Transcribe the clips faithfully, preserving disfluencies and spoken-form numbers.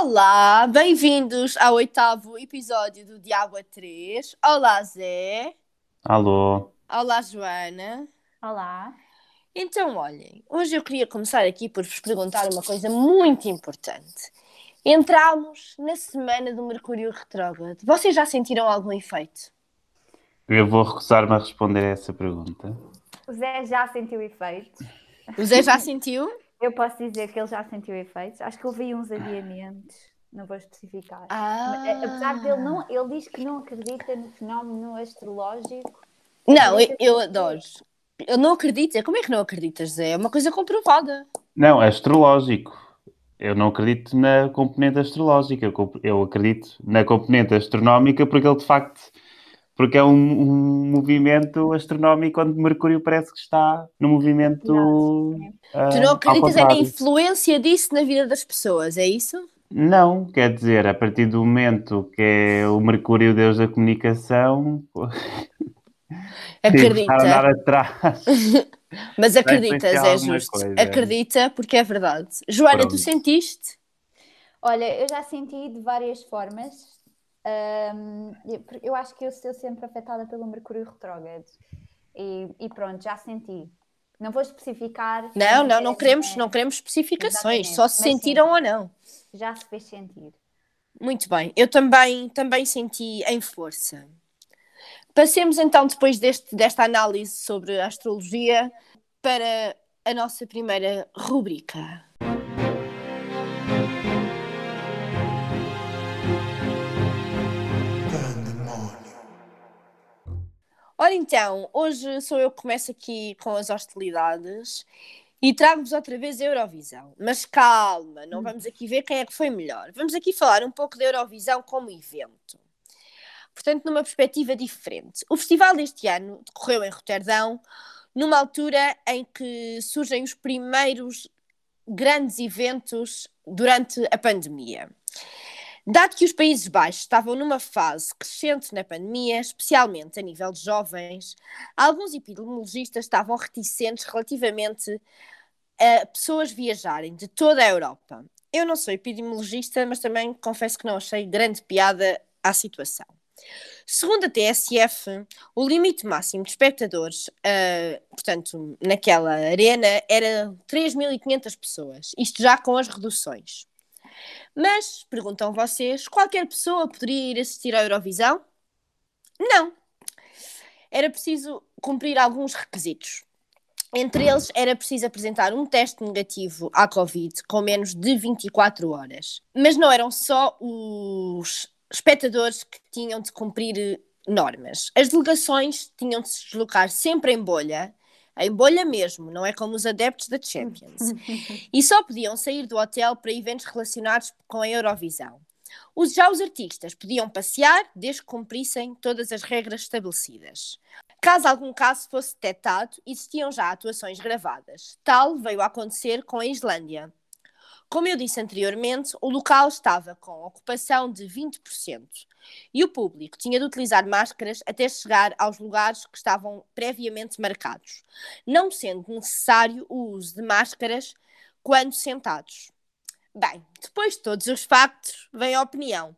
Olá, bem-vindos ao oitavo episódio do Diabo a três. Olá, Zé. Alô, Olá, Joana. Olá. Então, olhem, hoje eu queria começar aqui por vos perguntar uma coisa muito importante. Entramos na semana do Mercúrio retrógrado. Vocês já sentiram algum efeito? eu vou recusar-me a responder a essa pergunta. O Zé já sentiu efeitos. O Zé já sentiu? Eu posso dizer que ele já sentiu efeitos. Acho que houve uns adiamentos, não vou especificar. Ah. Mas, apesar dele não, ele diz que não acredita no fenómeno astrológico. Não, eu, Acredita eu que- adoro. Eu não acredito. Como é que não acreditas, Zé? É uma coisa comprovada. Não, é astrológico. Eu não acredito na componente astrológica. Eu, comp- eu acredito na componente astronómica porque ele, de facto, porque é um, um movimento astronómico onde Mercúrio parece que está no movimento Tu não ah, ao acreditas é na contrário. influência disso na vida das pessoas, é isso? Não, quer dizer, a partir do momento que é o Mercúrio o deus da comunicação, tem que estar a Acredita. andar atrás. Mas Vai influenciar acreditas, é alguma justo. coisa. Acredita porque é verdade. Joana, tu Pronto. sentiste? Olha, eu já senti de várias formas. Ahm, eu, eu acho que eu sou sempre afetada pelo Mercúrio retrógrado. E, e pronto, já senti. Não vou especificar. para Não, não, ter não a queremos, minha- não queremos especificações, Exatamente, só se mas sentiram senti. ou não. Já se fez sentir. Muito bem, eu também, também senti em força. Passemos então, depois deste, desta análise sobre a astrologia, para a nossa primeira rubrica. Ora então, hoje sou eu que começo aqui com as hostilidades e trago-vos outra vez a Eurovisão. Mas calma, não vamos aqui ver quem é que foi melhor. Vamos aqui falar um pouco da Eurovisão como evento. Portanto, numa perspectiva diferente. O festival deste ano decorreu em Roterdão, numa altura em que surgem os primeiros grandes eventos durante a pandemia. Dado que os Países Baixos estavam numa fase crescente na pandemia, especialmente a nível de jovens, alguns epidemiologistas estavam reticentes relativamente a pessoas viajarem de toda a Europa. Eu não sou epidemiologista, mas também confesso que não achei grande piada à situação. Segundo a T S F, o limite máximo de espectadores, uh, portanto, naquela arena, era três mil e quinhentas pessoas, isto já com as reduções. Mas, perguntam vocês, qualquer pessoa poderia ir assistir à Eurovisão? Não. Era preciso cumprir alguns requisitos. Entre eles, era preciso apresentar um teste negativo à Covid com menos de vinte e quatro horas. Mas não eram só os espectadores que tinham de cumprir normas. As delegações tinham de se deslocar sempre em bolha, em bolha mesmo, não é como os adeptos da Champions. E só podiam sair do hotel para eventos relacionados com a Eurovisão. Os, já os artistas podiam passear desde que cumprissem todas as regras estabelecidas. Caso algum caso fosse detectado, existiam já atuações gravadas. Tal veio a acontecer com a Islândia. Como eu disse anteriormente, o local estava com ocupação de vinte por cento e o público tinha de utilizar máscaras até chegar aos lugares que estavam previamente marcados, não sendo necessário o uso de máscaras quando sentados. Bem, depois de todos os factos, vem a opinião.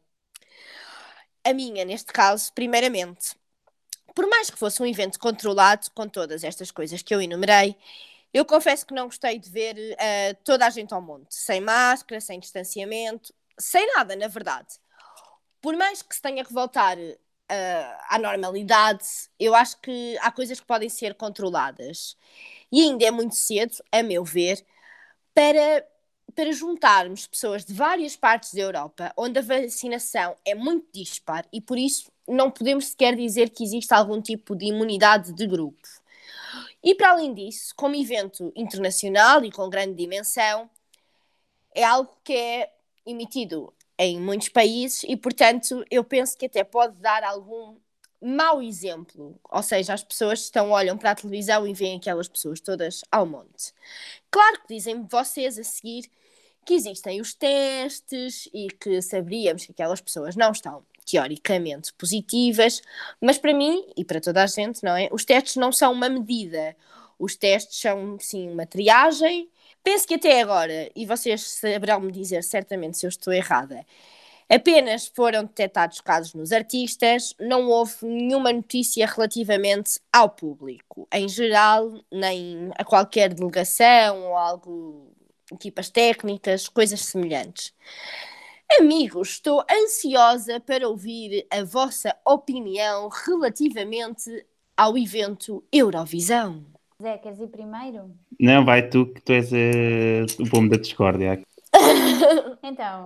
A minha, neste caso, primeiramente. Por mais que fosse um evento controlado, com todas estas coisas que eu enumerei, eu confesso que não gostei de ver uh, toda a gente ao monte, sem máscara, sem distanciamento, sem nada, na verdade. Por mais que se tenha que voltar uh, à normalidade, eu acho que há coisas que podem ser controladas. E ainda é muito cedo, a meu ver, para, para juntarmos pessoas de várias partes da Europa, onde a vacinação é muito dispar e por isso não podemos sequer dizer que existe algum tipo de imunidade de grupo. E para além disso, como evento internacional e com grande dimensão, é algo que é emitido em muitos países e, portanto, eu penso que até pode dar algum mau exemplo. Ou seja, as pessoas estão, olham para a televisão e veem aquelas pessoas todas ao monte. Claro que dizem vocês a seguir que existem os testes e que saberíamos que aquelas pessoas não estão teoricamente positivas, mas para mim e para toda a gente, não é? Os testes não são uma medida. Os testes são, sim, uma triagem Penso que até agora, e vocês saberão me dizer certamente se eu estou errada, apenas foram detectados casos nos artistas, não houve nenhuma notícia relativamente ao público, em geral, nem a qualquer delegação ou algo, equipas técnicas, coisas semelhantes. Amigos, estou ansiosa para ouvir a vossa opinião relativamente ao evento Eurovisão. Zé, queres ir primeiro? Não, vai tu, que tu és uh, o pomo da discórdia. Então,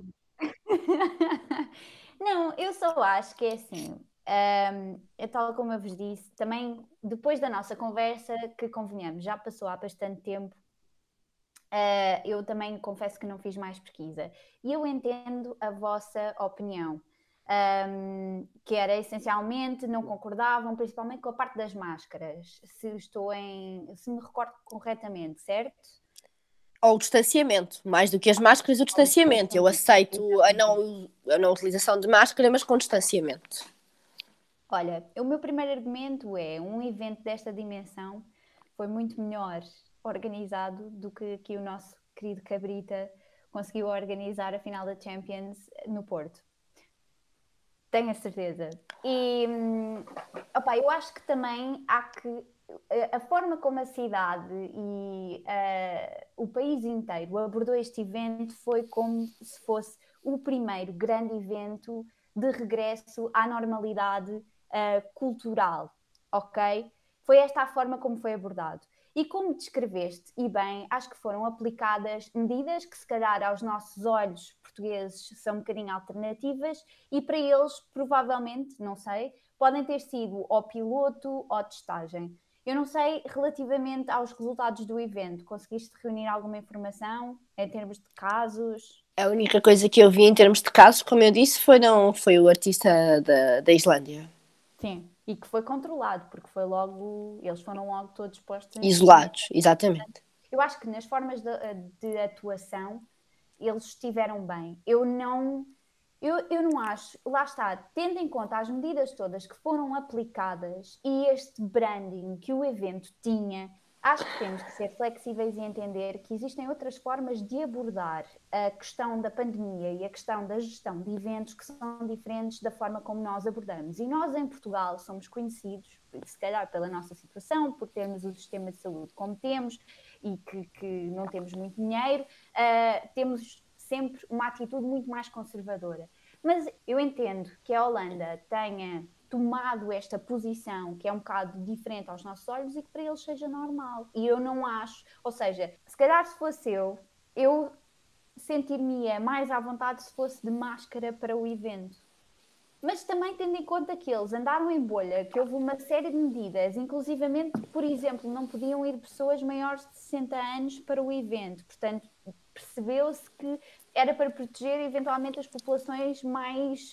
não, eu só acho que é assim, um, é tal como eu vos disse, também depois da nossa conversa, que convenhamos, já passou há bastante tempo, uh, eu também confesso que não fiz mais pesquisa. E eu entendo a vossa opinião, um, que era essencialmente, não concordavam, principalmente com a parte das máscaras, se estou em, se me recordo corretamente, certo? Ou o distanciamento, mais do que as máscaras, o distanciamento. Eu aceito a não, a não utilização de máscara, mas com distanciamento. Olha, o meu primeiro argumento é um evento desta dimensão foi muito melhor organizado do que aqui o nosso querido Cabrita conseguiu organizar a final da Champions no Porto. Tenho a certeza. E opa, eu acho que também há que a forma como a cidade e uh, o país inteiro abordou este evento foi como se fosse o primeiro grande evento de regresso à normalidade uh, cultural, ok? Foi esta a forma como foi abordado. E como descreveste, e bem, acho que foram aplicadas medidas que se calhar aos nossos olhos portugueses são um bocadinho alternativas e para eles provavelmente, não sei, podem ter sido ou piloto ou testagem. Eu não sei, relativamente aos resultados do evento, conseguiste reunir alguma informação em termos de casos? A única coisa que eu vi em termos de casos, como eu disse, foi, não, foi o artista da, da Islândia. Sim, e que foi controlado, porque foi logo, eles foram logo todos postos em... Isolados, exatamente. Eu acho que nas formas de, de atuação, eles estiveram bem. Eu não... Eu, eu não acho, lá está, tendo em conta as medidas todas que foram aplicadas e este branding que o evento tinha, acho que temos que ser flexíveis e entender que existem outras formas de abordar a questão da pandemia e a questão da gestão de eventos que são diferentes da forma como nós abordamos. E nós em Portugal somos conhecidos, se calhar pela nossa situação, por termos o sistema de saúde como temos e que, que não temos muito dinheiro, uh, temos sempre uma atitude muito mais conservadora. Mas eu entendo que a Holanda tenha tomado esta posição que é um bocado diferente aos nossos olhos e que para eles seja normal. E eu não acho, ou seja, se calhar se fosse eu, eu sentir-me mais à vontade se fosse de máscara para o evento. Mas também tendo em conta que eles andaram em bolha, que houve uma série de medidas, inclusivamente, por exemplo, não podiam ir pessoas maiores de sessenta anos para o evento. Portanto, percebeu-se que era para proteger eventualmente as populações mais,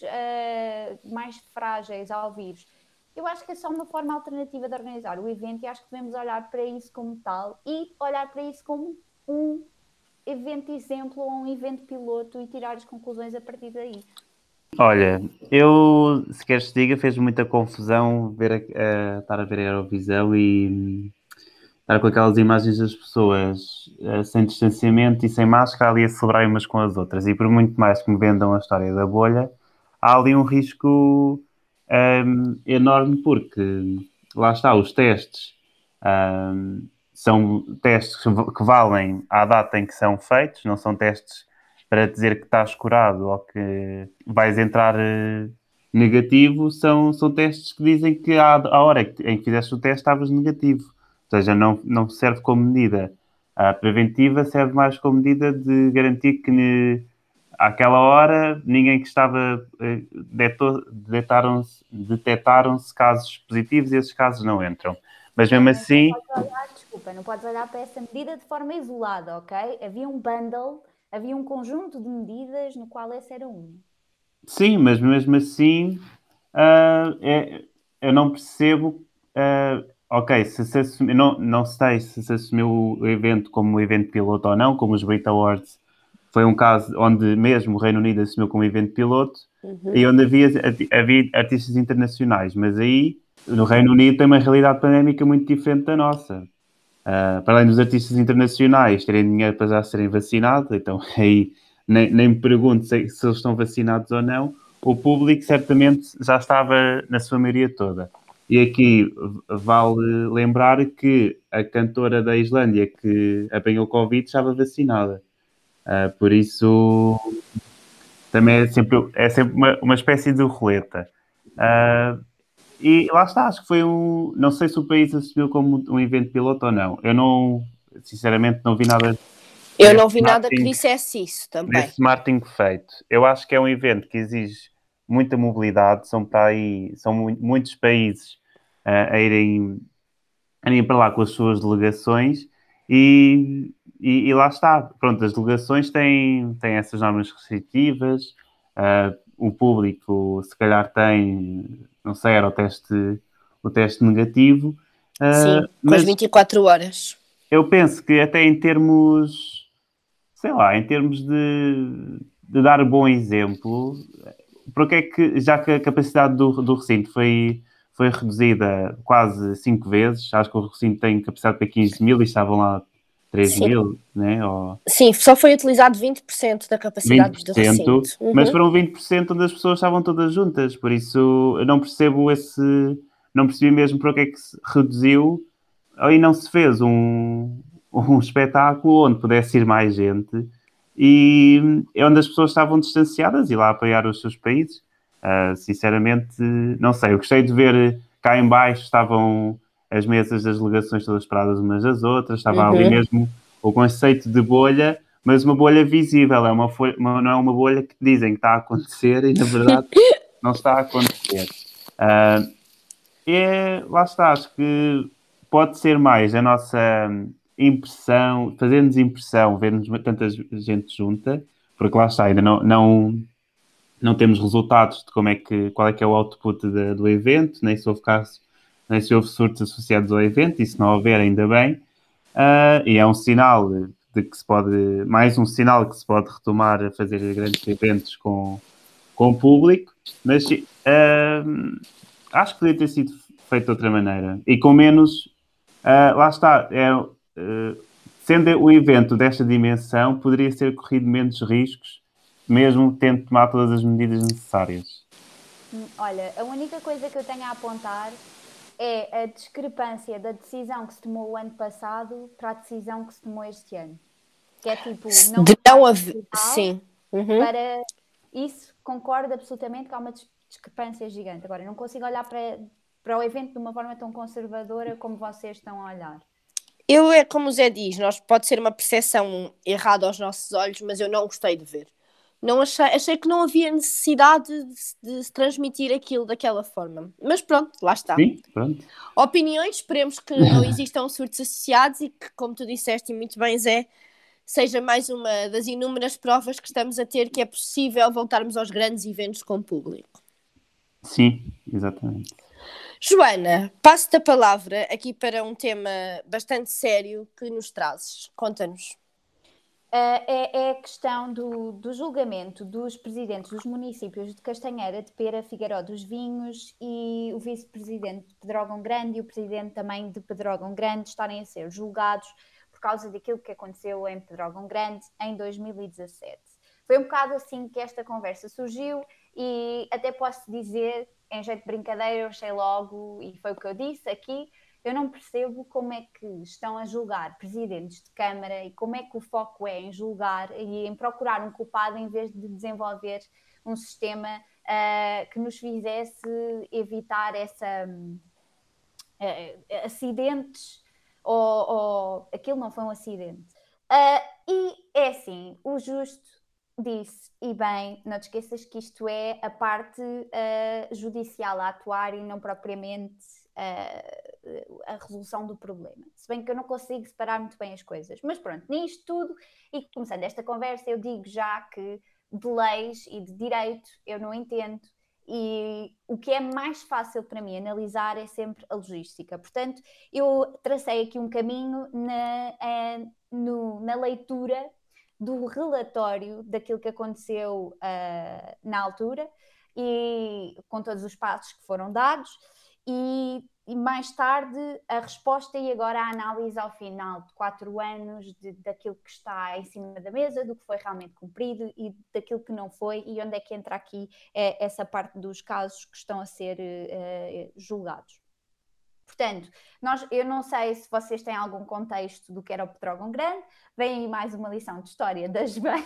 uh, mais frágeis ao vírus. Eu acho que é só uma forma alternativa de organizar o evento e acho que devemos olhar para isso como tal e olhar para isso como um evento exemplo ou um evento piloto e tirar as conclusões a partir daí. Olha, eu, se queres te diga, fez muita confusão ver a, a, estar a ver a Eurovisão e estar com aquelas imagens das pessoas uh, sem distanciamento e sem máscara ali a celebrar umas com as outras. E por muito mais que me vendam a história da bolha, há ali um risco um, enorme porque, lá está, os testes um, são testes que valem à data em que são feitos, não são testes para dizer que estás curado ou que vais entrar uh, negativo, são, são testes que dizem que à, à hora em que fizeste o teste estavas negativo. Ou seja, não, não serve como medida a preventiva, serve mais como medida de garantir que ne, àquela hora ninguém que estava detectaram-se detectaram casos positivos e esses casos não entram. Mas mesmo Mas assim... Não podes olhar, desculpa, não podes olhar para essa medida de forma isolada, ok? Havia um bundle, havia um conjunto de medidas no qual essa era uma. Sim, mas mesmo assim uh, é, eu não percebo... Uh, Ok, se se assumi, não, não sei se se assumiu o evento como um evento piloto ou não, como os Brit Awards foi um caso onde mesmo o Reino Unido assumiu como evento piloto uhum. e onde havia, havia artistas internacionais, mas aí no Reino Unido tem uma realidade pandémica muito diferente da nossa. Uh, para além dos artistas internacionais terem dinheiro para já serem vacinados, então aí nem, nem me pergunto se, se eles estão vacinados ou não, o público certamente já estava na sua maioria toda. E aqui vale lembrar que a cantora da Islândia que apanhou Covid estava vacinada. Uh, por isso também é sempre, é sempre uma, uma espécie de roleta. Uh, e lá está, acho que foi um. Não sei se o país assumiu como um evento piloto ou não. Eu não, sinceramente, não vi nada Eu desse não vi nada que marketing, dissesse isso também. desse marketing feito. Eu acho que é um evento que exige muita mobilidade. São para aí, são mu- muitos países uh, a irem, a irem para lá com as suas delegações e, e, e lá está. Pronto, as delegações têm, têm essas normas restritivas. Uh, o público, se calhar, tem, não sei, era o teste, o teste negativo. Sim, Uh, com as mas vinte e quatro horas. eu penso que até em termos, sei lá, em termos de, de dar bom exemplo, porque é que, já que a capacidade do, do recinto foi, foi reduzida quase cinco vezes, acho que o recinto tem capacidade para quinze mil e estavam lá três Sim. mil, né? Ou Sim, só foi utilizado vinte por cento da capacidade vinte do por cento, recinto. Uhum. mas foram vinte por cento onde as pessoas estavam todas juntas, por isso eu não percebo esse, não percebi mesmo para que é que se reduziu e não se fez um, um espetáculo onde pudesse ir mais gente e é onde as pessoas estavam distanciadas e lá apoiar os seus países. Uh, sinceramente, não sei, eu gostei de ver cá em baixo estavam as mesas das delegações todas paradas umas das outras, estava ali Uhum. mesmo o conceito de bolha, mas uma bolha visível, é uma folha, uma, não é uma bolha que dizem que está a acontecer e na verdade não está a acontecer. Uh, e lá está, acho que pode ser mais a nossa impressão, fazer-nos impressão, ver-nos tanta gente junta, porque lá está, ainda não, não, não temos resultados de como é que, qual é que é o output de, do evento, nem se houve casos, nem se houve surtos associados ao evento, e se não houver, ainda bem. Uh, e é um sinal de que se pode, mais um sinal que se pode retomar a fazer grandes eventos com, com o público, mas uh, acho que poderia ter sido feito de outra maneira e com menos, uh, lá está, é, uh, sendo o evento desta dimensão, poderia ser corrido menos riscos, mesmo tendo tomado todas as medidas necessárias. Olha, a única coisa que eu tenho a apontar é a discrepância da decisão que se tomou o ano passado para a decisão que se tomou este ano. Que é tipo, não de não haver. festival, Sim. Uhum. para isso concordo absolutamente que há uma discrepância gigante. Agora, não consigo olhar para, para o evento de uma forma tão conservadora como vocês estão a olhar. Eu, é como o Zé diz, nós, pode ser uma percepção errada aos nossos olhos, mas eu não gostei de ver. Não achei, achei que não havia necessidade de, de se transmitir aquilo daquela forma. Mas pronto, lá está. Sim, pronto. Opiniões, esperemos que não existam surtos associados e que, como tu disseste e muito bem, Zé, seja mais uma das inúmeras provas que estamos a ter que é possível voltarmos aos grandes eventos com público. Sim, exatamente. Joana, passo-te a palavra aqui para um tema bastante sério que nos trazes. Conta-nos. Uh, é, é a questão do, do julgamento dos presidentes dos municípios de Castanheira, de Pera, Figueiró dos Vinhos e o vice-presidente de Pedrógão Grande e o presidente também de Pedrógão Grande estarem a ser julgados por causa daquilo que aconteceu em Pedrógão Grande em dois mil e dezassete. Foi um bocado assim que esta conversa surgiu e até posso dizer, em jeito de brincadeira, eu achei logo, e foi o que eu disse aqui, eu não percebo como é que estão a julgar presidentes de Câmara e como é que o foco é em julgar e em procurar um culpado em vez de desenvolver um sistema uh, que nos fizesse evitar essa, uh, acidentes ou, ou aquilo não foi um acidente. Uh, e é assim, o justo disse, e bem, não te esqueças que isto é a parte uh, judicial a atuar e não propriamente uh, a resolução do problema. Se bem que eu não consigo separar muito bem as coisas. Mas pronto, nisto tudo, e começando esta conversa, eu digo já que de leis e de direito eu não entendo. E o que é mais fácil para mim analisar é sempre a logística. Portanto, eu tracei aqui um caminho na, uh, no, na leitura do relatório daquilo que aconteceu uh, na altura e com todos os passos que foram dados e e mais tarde a resposta e agora a análise ao final de quatro anos de, daquilo que está em cima da mesa, do que foi realmente cumprido e daquilo que não foi, e onde é que entra aqui é, essa parte dos casos que estão a ser uh, julgados. Portanto, nós, eu não sei se vocês têm algum contexto do que era o Pedrógão Grande, vem aí mais uma lição de história da Joana.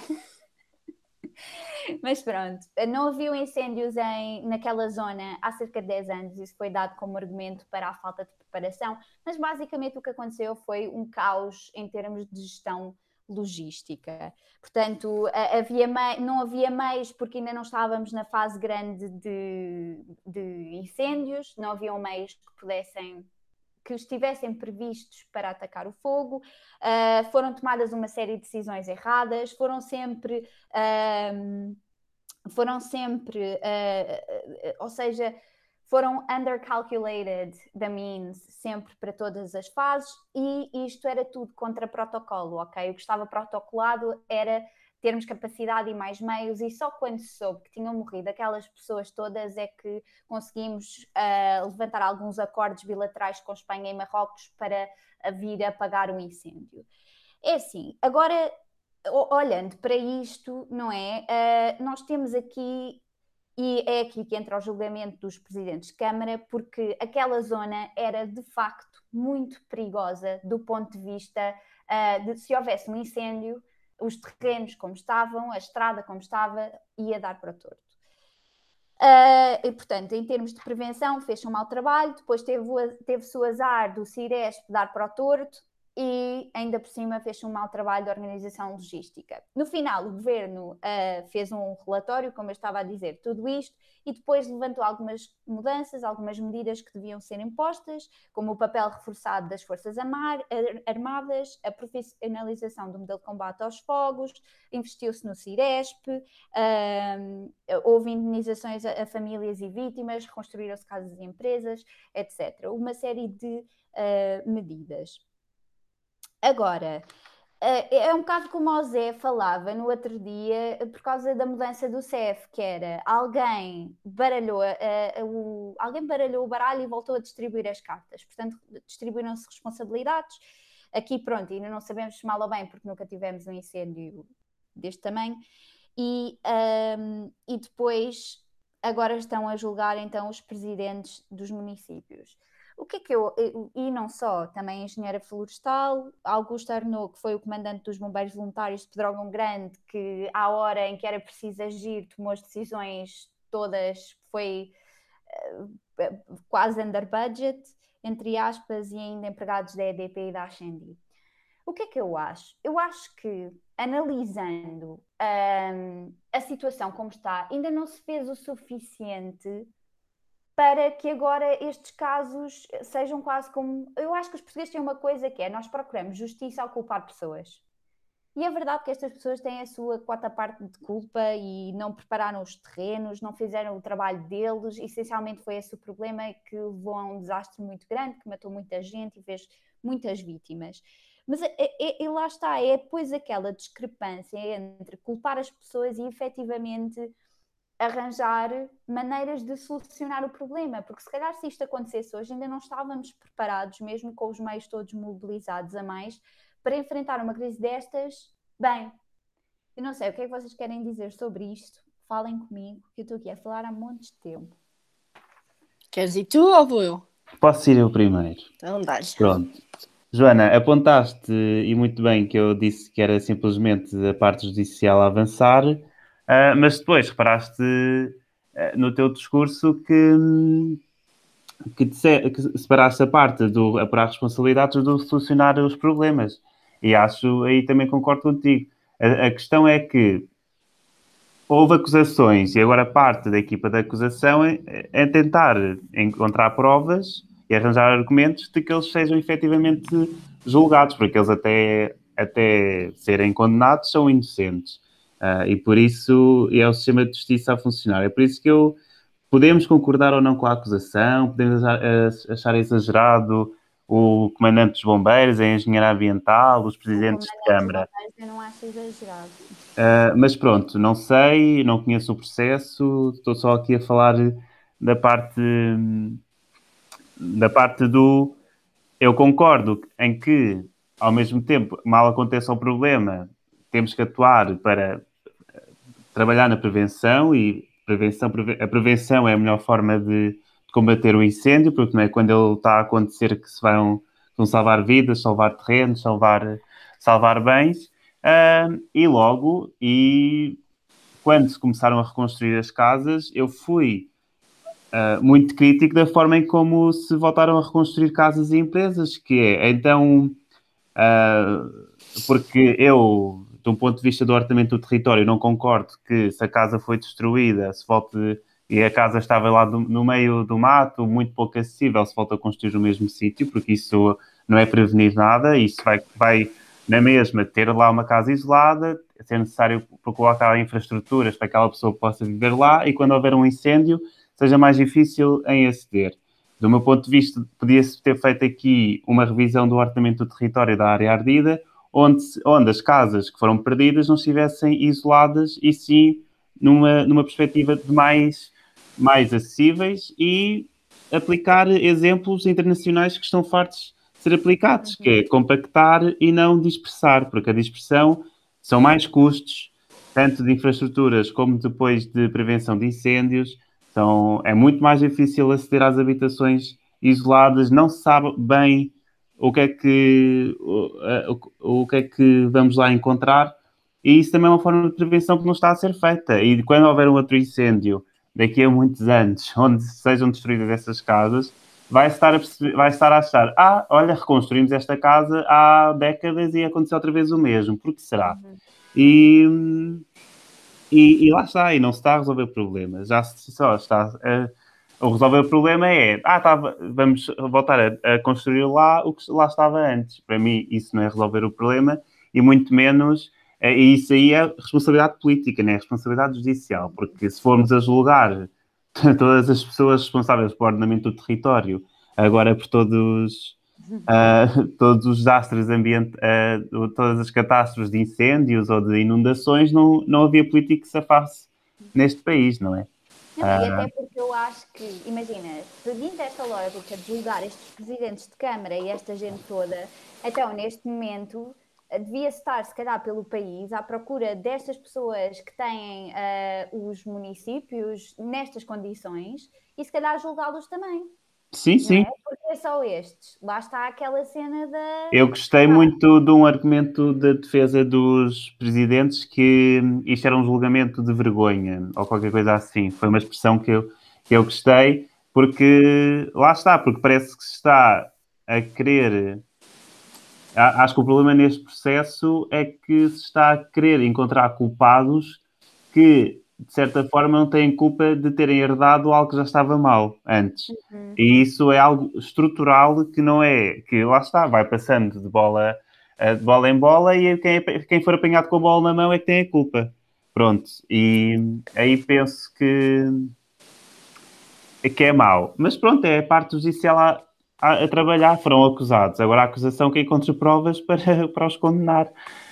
Mas pronto, não haviam incêndios em, naquela zona há cerca de dez anos, isso foi dado como argumento para a falta de preparação, mas basicamente o que aconteceu foi um caos em termos de gestão logística. Portanto, havia mei, não havia meios porque ainda não estávamos na fase grande de, de incêndios, não haviam meios que pudessem que estivessem previstos para atacar o fogo, uh, foram tomadas uma série de decisões erradas, foram sempre, uh, foram sempre, uh, uh, ou seja, foram undercalculated the means sempre para todas as fases e isto era tudo contra protocolo, ok? O que estava protocolado era termos capacidade e mais meios, e só quando se soube que tinham morrido aquelas pessoas todas é que conseguimos uh, levantar alguns acordos bilaterais com Espanha e Marrocos para vir apagar o incêndio. É assim, agora, olhando para isto, não é? Uh, nós temos aqui, e é aqui que entra o julgamento dos presidentes de Câmara, porque aquela zona era, de facto, muito perigosa do ponto de vista uh, de se houvesse um incêndio, os terrenos como estavam, a estrada como estava, ia dar para o torto. Uh, e, portanto, em termos de prevenção, fez um mau trabalho, depois teve, teve-se o azar do Ciresp dar para o torto e, ainda por cima, fez um mau trabalho de organização logística. No final, o Governo uh, fez um relatório, como eu estava a dizer, tudo isto, e depois levantou algumas mudanças, algumas medidas que deviam ser impostas, como o papel reforçado das Forças Armadas, a profissionalização do modelo de combate aos fogos, investiu-se no Ciresp, uh, houve indenizações a, a famílias e vítimas, reconstruíram-se casas e empresas, etcétera. Uma série de uh, medidas. Agora, é um bocado como o Zé falava no outro dia, por causa da mudança do C E F, que era alguém baralhou, uh, o, alguém baralhou o baralho e voltou a distribuir as cartas. Portanto, distribuíram-se responsabilidades. Aqui, pronto, ainda não sabemos mal ou bem, porque nunca tivemos um incêndio deste tamanho. E, um, e depois, agora estão a julgar, então, os presidentes dos municípios. O que é que eu... E não só, também a engenheira florestal, Augusto Arnaud, que foi o comandante dos bombeiros voluntários de Pedrógão Grande, que à hora em que era preciso agir, tomou as decisões todas, foi uh, quase under budget, entre aspas, e ainda empregados da E D P e da Ascendi. O que é que eu acho? Eu acho que, analisando um, a situação como está, ainda não se fez o suficiente para que agora estes casos sejam quase como... Eu acho que os portugueses têm uma coisa que é, nós procuramos justiça ao culpar pessoas. E é verdade que estas pessoas têm a sua quota parte de culpa e não prepararam os terrenos, não fizeram o trabalho deles, essencialmente foi esse o problema que levou a um desastre muito grande, que matou muita gente e fez muitas vítimas. Mas é, é, é, lá está, é depois aquela discrepância entre culpar as pessoas e efetivamente arranjar maneiras de solucionar o problema, porque se calhar se isto acontecesse hoje ainda não estávamos preparados, mesmo com os meios todos mobilizados a mais, para enfrentar uma crise destas. Bem, eu não sei, o que é que vocês querem dizer sobre isto? Falem comigo, que eu estou aqui a falar há montes de tempo. Queres ir tu ou vou eu? Posso ir eu primeiro? Então dá-lhe. Pronto. Joana, apontaste, e muito bem, que eu disse que era simplesmente a parte judicial a avançar, uh, mas depois reparaste uh, no teu discurso que, que, disse, que separaste a parte do apurar responsabilidades do solucionar os problemas. E acho, aí também concordo contigo. A, a questão é que houve acusações e agora parte da equipa da acusação é, é tentar encontrar provas e arranjar argumentos de que eles sejam efetivamente julgados, porque eles até, até serem condenados são inocentes. Uh, e por isso é o sistema de justiça a funcionar. É por isso que eu podemos concordar ou não com a acusação, podemos achar, achar exagerado o comandante dos bombeiros, a engenheira ambiental, os presidentes de Câmara. Eu não acho exagerado. Uh, mas pronto, não sei, não conheço o processo, estou só aqui a falar da parte... da parte do... Eu concordo em que, ao mesmo tempo, mal aconteça o problema, temos que atuar para trabalhar na prevenção e prevenção, a prevenção é a melhor forma de, de combater o incêndio, porque não é quando ele está a acontecer que se vão, vão salvar vidas, salvar terrenos, salvar, salvar bens. Uh, e logo, e quando se começaram a reconstruir as casas, eu fui uh, muito crítico da forma em como se voltaram a reconstruir casas e empresas, que é, então, uh, porque eu, de um ponto de vista do ordenamento do território, não concordo que se a casa foi destruída, se volte, e a casa estava lá do, no meio do mato, muito pouco acessível, se volta a construir no mesmo sítio, porque isso não é prevenir nada, isso vai... vai na mesma, ter lá uma casa isolada, ser necessário colocar infraestruturas para que aquela pessoa possa viver lá e quando houver um incêndio seja mais difícil em aceder. Do meu ponto de vista, podia-se ter feito aqui uma revisão do ordenamento do território da área ardida, onde, onde as casas que foram perdidas não estivessem isoladas e sim numa, numa perspectiva de mais, mais acessíveis e aplicar exemplos internacionais que estão fartos ser aplicados, que é compactar e não dispersar, porque a dispersão são mais custos, tanto de infraestruturas como depois de prevenção de incêndios, então é muito mais difícil aceder às habitações isoladas, não se sabe bem o que é que, o, o, o que é que vamos lá encontrar, e isso também é uma forma de prevenção que não está a ser feita, e quando houver um outro incêndio, daqui a muitos anos, onde sejam destruídas essas casas, vai estar, a perceber, vai estar a achar, ah, olha, reconstruímos esta casa há décadas e aconteceu outra vez o mesmo, por que será? Uhum. E, e, e lá está, e não se está a resolver o problema, já se só está a, a resolver o problema é, ah, tá, vamos voltar a, a construir lá o que lá estava antes. Para mim isso não é resolver o problema e muito menos, e isso aí é responsabilidade política, não é responsabilidade judicial, porque se formos a julgar todas as pessoas responsáveis pelo ordenamento do território, agora por todos, uh, todos os desastres ambientais, uh, todas as catástrofes de incêndios ou de inundações, não, não havia político que se afasse neste país, não é? Não, uh... e até porque eu acho que, imagina, seguindo esta lógica de julgar estes presidentes de Câmara e esta gente toda, então neste momento devia estar, se calhar, pelo país à procura destas pessoas que têm uh, os municípios nestas condições e, se calhar, julgá-los também. Sim, não sim. É? Porque é só estes. Lá está aquela cena da... Eu gostei ah. muito de um argumento de defesa dos presidentes que isto era um julgamento de vergonha ou qualquer coisa assim. Foi uma expressão que eu, que eu gostei porque, lá está, porque parece que se está a querer... Acho que o problema neste processo é que se está a querer encontrar culpados que, de certa forma, não têm culpa de terem herdado algo que já estava mal antes. Uhum. E isso é algo estrutural que não é... Que lá está, vai passando de bola, de bola em bola e quem, é, quem for apanhado com a bola na mão é que tem a culpa. Pronto. E aí penso que, que é mau. Mas pronto, é a parte judicial... A, A, a trabalhar, foram acusados. Agora a acusação que encontre provas para, para os condenar.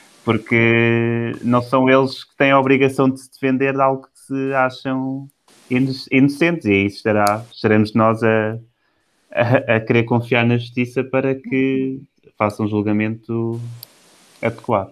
Porque não são eles que têm a obrigação de se defender de algo que se acham inocentes. E aí estará, estaremos nós a, a, a querer confiar na justiça para que faça um julgamento adequado.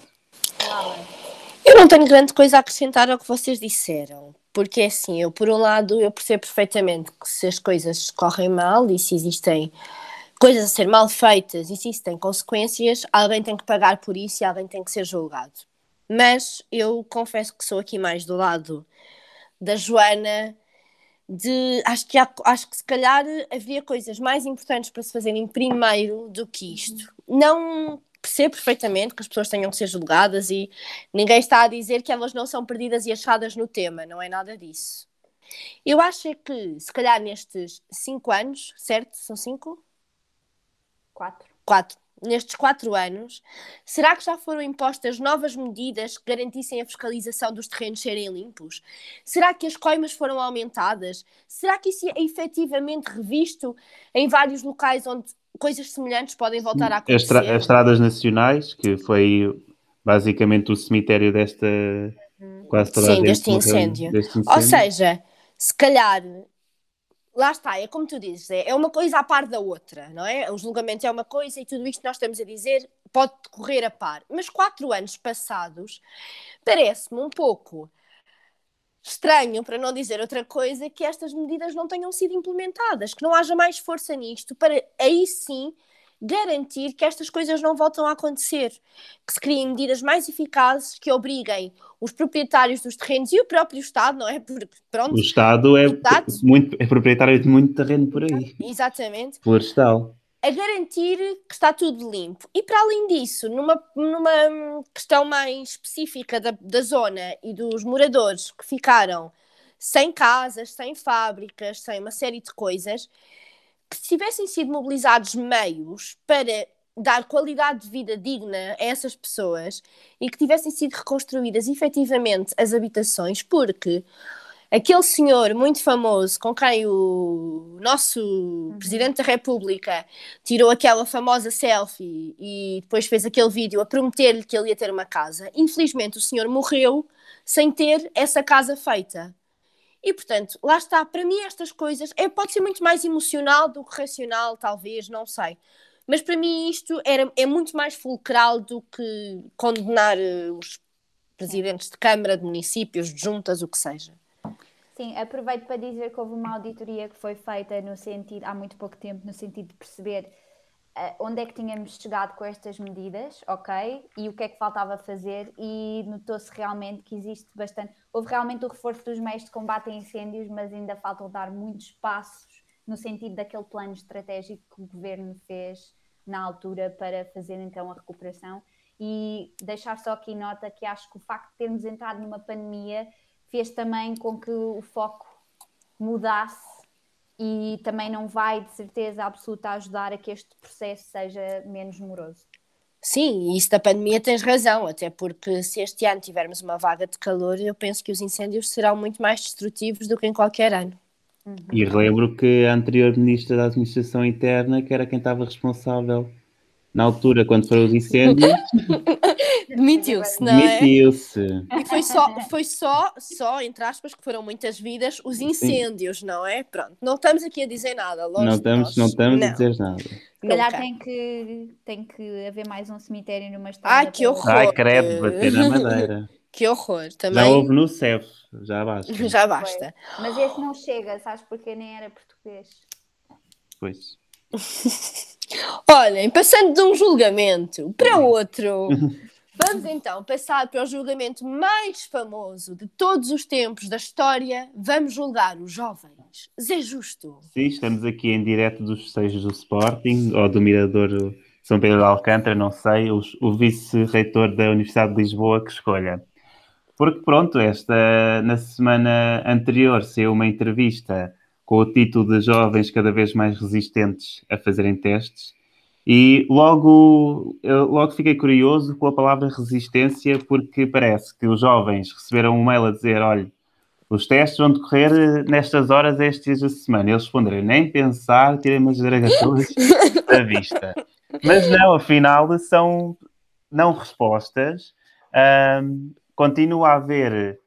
Eu não tenho grande coisa a acrescentar ao que vocês disseram. Porque assim, eu por um lado, eu percebo perfeitamente que se as coisas correm mal e se existem coisas a ser mal feitas e se isso tem consequências, alguém tem que pagar por isso e alguém tem que ser julgado. Mas eu confesso que sou aqui mais do lado da Joana, de, acho, que há, acho que se calhar havia coisas mais importantes para se fazerem primeiro do que isto. Não percebo perfeitamente que as pessoas tenham que ser julgadas e ninguém está a dizer que elas não são perdidas e achadas no tema, não é nada disso. Eu acho é que, se calhar nestes cinco anos, certo? São cinco? Quatro. Quatro. Nestes quatro anos, será que já foram impostas novas medidas que garantissem a fiscalização dos terrenos serem limpos? Será que as coimas foram aumentadas? Será que isso é efetivamente revisto em vários locais onde coisas semelhantes podem voltar a acontecer? As, tra- as estradas nacionais, que foi basicamente o cemitério desta... Quase toda Sim, a gente deste morreu incêndio. deste incêndio. Ou seja, se calhar lá está, é como tu dizes, é, é uma coisa a par da outra, não é? O julgamento é uma coisa e tudo isto que nós estamos a dizer pode decorrer a par. Mas quatro anos passados parece-me um pouco estranho, para não dizer outra coisa, que estas medidas não tenham sido implementadas, que não haja mais força nisto para aí sim garantir que estas coisas não voltam a acontecer, que se criem medidas mais eficazes que obriguem os proprietários dos terrenos e o próprio Estado, não é? Porque, pronto, O Estado é, Exato. muito, é proprietário de muito terreno por aí. Exatamente. Florestal. A garantir que está tudo limpo. E para além disso, numa, numa questão mais específica da, da zona e dos moradores que ficaram sem casas, sem fábricas, sem uma série de coisas, que se tivessem sido mobilizados meios para dar qualidade de vida digna a essas pessoas e que tivessem sido reconstruídas efetivamente as habitações, porque aquele senhor muito famoso com quem o nosso uhum. Presidente da República tirou aquela famosa selfie e depois fez aquele vídeo a prometer-lhe que ele ia ter uma casa, infelizmente o senhor morreu sem ter essa casa feita. E, portanto, lá está, para mim estas coisas, é, pode ser muito mais emocional do que racional, talvez, não sei. Mas para mim isto era, é muito mais fulcral do que condenar uh, os presidentes de Câmara, de municípios, de juntas, o que seja. Sim, aproveito para dizer que houve uma auditoria que foi feita no sentido, há muito pouco tempo, no sentido de perceber uh, onde é que tínhamos chegado com estas medidas, ok? E o que é que faltava fazer, e notou-se realmente que existe bastante... Houve realmente o reforço dos meios de combate a incêndios, mas ainda faltam dar muitos passos no sentido daquele plano estratégico que o governo fez na altura para fazer então a recuperação. E deixar só aqui nota que acho que o facto de termos entrado numa pandemia fez também com que o foco mudasse e também não vai, de certeza absoluta, ajudar a que este processo seja menos moroso. Sim, e isso da pandemia tens razão, até porque se este ano tivermos uma vaga de calor, eu penso que os incêndios serão muito mais destrutivos do que em qualquer ano. Uhum. E relembro que a anterior Ministra da Administração Interna, que era quem estava responsável na altura, quando foram os incêndios... Demitiu-se, não é? Demitiu-se. E foi só, foi só, só, entre aspas, que foram muitas vidas, os incêndios, Sim. não é? Pronto, não estamos aqui a dizer nada, longe não estamos, nós. Não estamos não. a dizer nada. Se calhar tem que, tem que haver mais um cemitério numa estrada. Ai, que horror! Ai, credo, bater na madeira. Que horror, também. Já houve no C E F, já basta. Já basta. Foi. Mas esse não chega, sabes, porque nem era português. Pois. Olhem, passando de um julgamento para outro, vamos então passar para o julgamento mais famoso de todos os tempos da história. Vamos julgar os jovens. Zé Justo. Sim, estamos aqui em direto dos festejos do Sporting, ou do Mirador São Pedro de Alcântara, não sei, o, o vice-reitor da Universidade de Lisboa que escolha. Porque pronto, esta, na semana anterior saiu uma entrevista com o título de Jovens cada vez mais resistentes a fazerem testes, e logo, eu logo fiquei curioso com a palavra resistência, porque parece que os jovens receberam um mail a dizer, olha, os testes vão decorrer nestas horas, estes dias da semana. Eles responderam, nem pensar, tirem umas dragaturas da vista. Mas não, afinal, são não respostas. Um, continua a haver...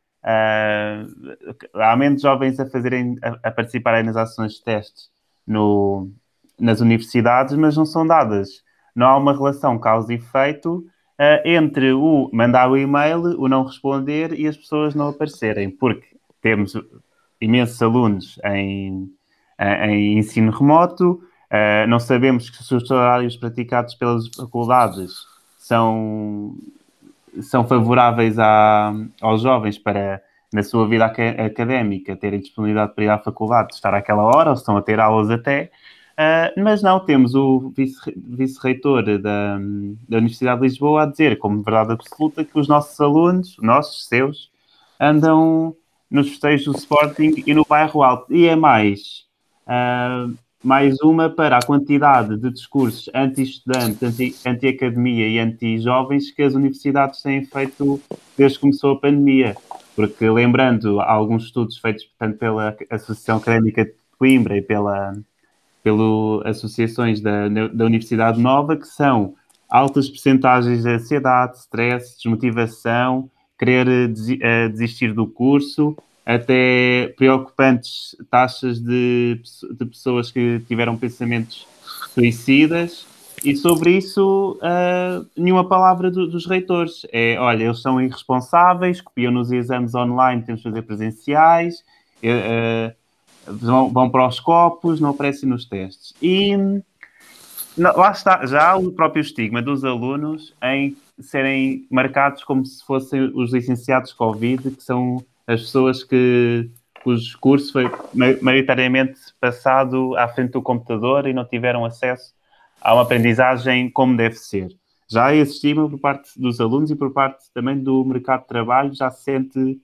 Uh, há menos jovens a, fazerem, a, a participarem nas ações de testes no, nas universidades, mas não são dadas. Não há uma relação causa e efeito uh, entre o mandar o e-mail, o não responder e as pessoas não aparecerem, porque temos imensos alunos em, em ensino remoto, uh, não sabemos que os horários praticados pelas faculdades são... são favoráveis a, aos jovens para, na sua vida académica, terem disponibilidade para ir à faculdade, estar àquela hora, ou estão a ter aulas até, uh, mas não, temos o vice, vice-reitor da, da Universidade de Lisboa a dizer, como verdade absoluta, que os nossos alunos, nossos, seus, andam nos festejos do Sporting e no bairro Alto. E é mais... Uh, mais uma para a quantidade de discursos anti-estudantes, anti, anti-academia e anti-jovens que as universidades têm feito desde que começou a pandemia. Porque, lembrando, há alguns estudos feitos, portanto, pela Associação Académica de Coimbra e pela, pelas associações da, da Universidade Nova, que são altas percentagens de ansiedade, stress, desmotivação, querer desistir do curso, até preocupantes taxas de, de pessoas que tiveram pensamentos suicidas, e sobre isso uh, nenhuma palavra do, dos reitores. É, olha, eles são irresponsáveis, copiam nos exames online, temos que fazer presenciais, uh, vão, vão para os copos, não aparecem nos testes. E não, lá está, já há o próprio estigma dos alunos em serem marcados como se fossem os licenciados Covid, que são as pessoas que, cujo curso foi maioritariamente passado à frente do computador e não tiveram acesso a uma aprendizagem como deve ser. Já há esse estigma por parte dos alunos e por parte também do mercado de trabalho, já se sente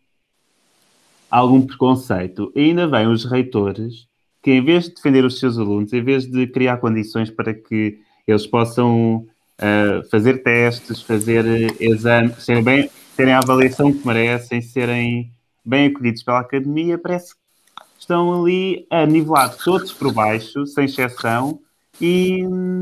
algum preconceito. E ainda bem os reitores que, em vez de defender os seus alunos, em vez de criar condições para que eles possam uh, fazer testes, fazer exames, serem, bem, terem a avaliação que merecem, serem bem acolhidos pela academia, parece que estão ali a nivelar todos por baixo, sem exceção, e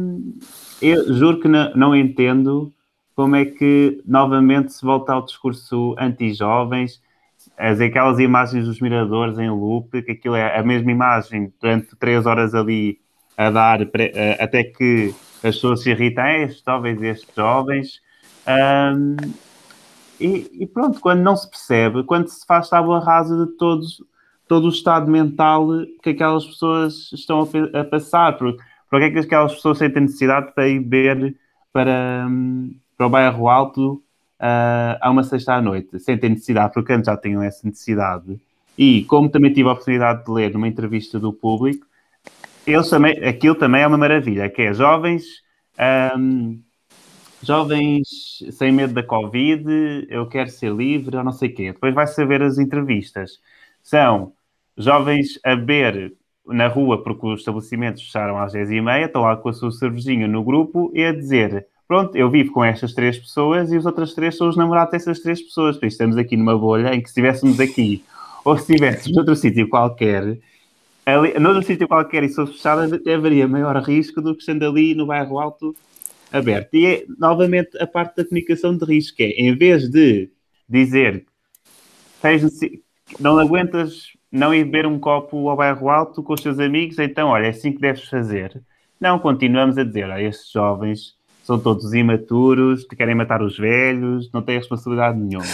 eu juro que não, não entendo como é que novamente se volta ao discurso anti-jovens, aquelas imagens dos miradores em loop, que aquilo é a mesma imagem durante três horas ali a dar, até que as pessoas se irritam, é, estes jovens, estes jovens. Um, e, e pronto, quando não se percebe, quando se faz tábua rasa de todos, todo o estado mental que aquelas pessoas estão a, a passar, porque, porque é que aquelas pessoas sentem necessidade para ir beber para, para o bairro alto Uh, há uma sexta à noite, sem ter necessidade, porque antes já tinham essa necessidade. E como também tive a oportunidade de ler numa entrevista do Público, eles também, aquilo também é uma maravilha, que é jovens, um, jovens sem medo da Covid, eu quero ser livre, ou não sei o quê. Depois vai saber as entrevistas. São jovens a beber na rua porque os estabelecimentos fecharam às dez e meia, estão lá com a sua cervejinha no grupo e a dizer... Pronto, eu vivo com estas três pessoas e os outras três são os namorados dessas três pessoas. Por isso estamos aqui numa bolha em que se estivéssemos aqui ou se estivéssemos noutro sítio qualquer, ali, noutro sítio qualquer e se fosse fechada, haveria maior risco do que estando ali no bairro alto aberto. E é, novamente, a parte da comunicação de risco, que é, em vez de dizer não aguentas não ir beber um copo ao bairro alto com os teus amigos, então, olha, é assim que deves fazer. Não, continuamos a dizer, olha, estes jovens... são todos imaturos, que querem matar os velhos, não têm responsabilidade nenhuma.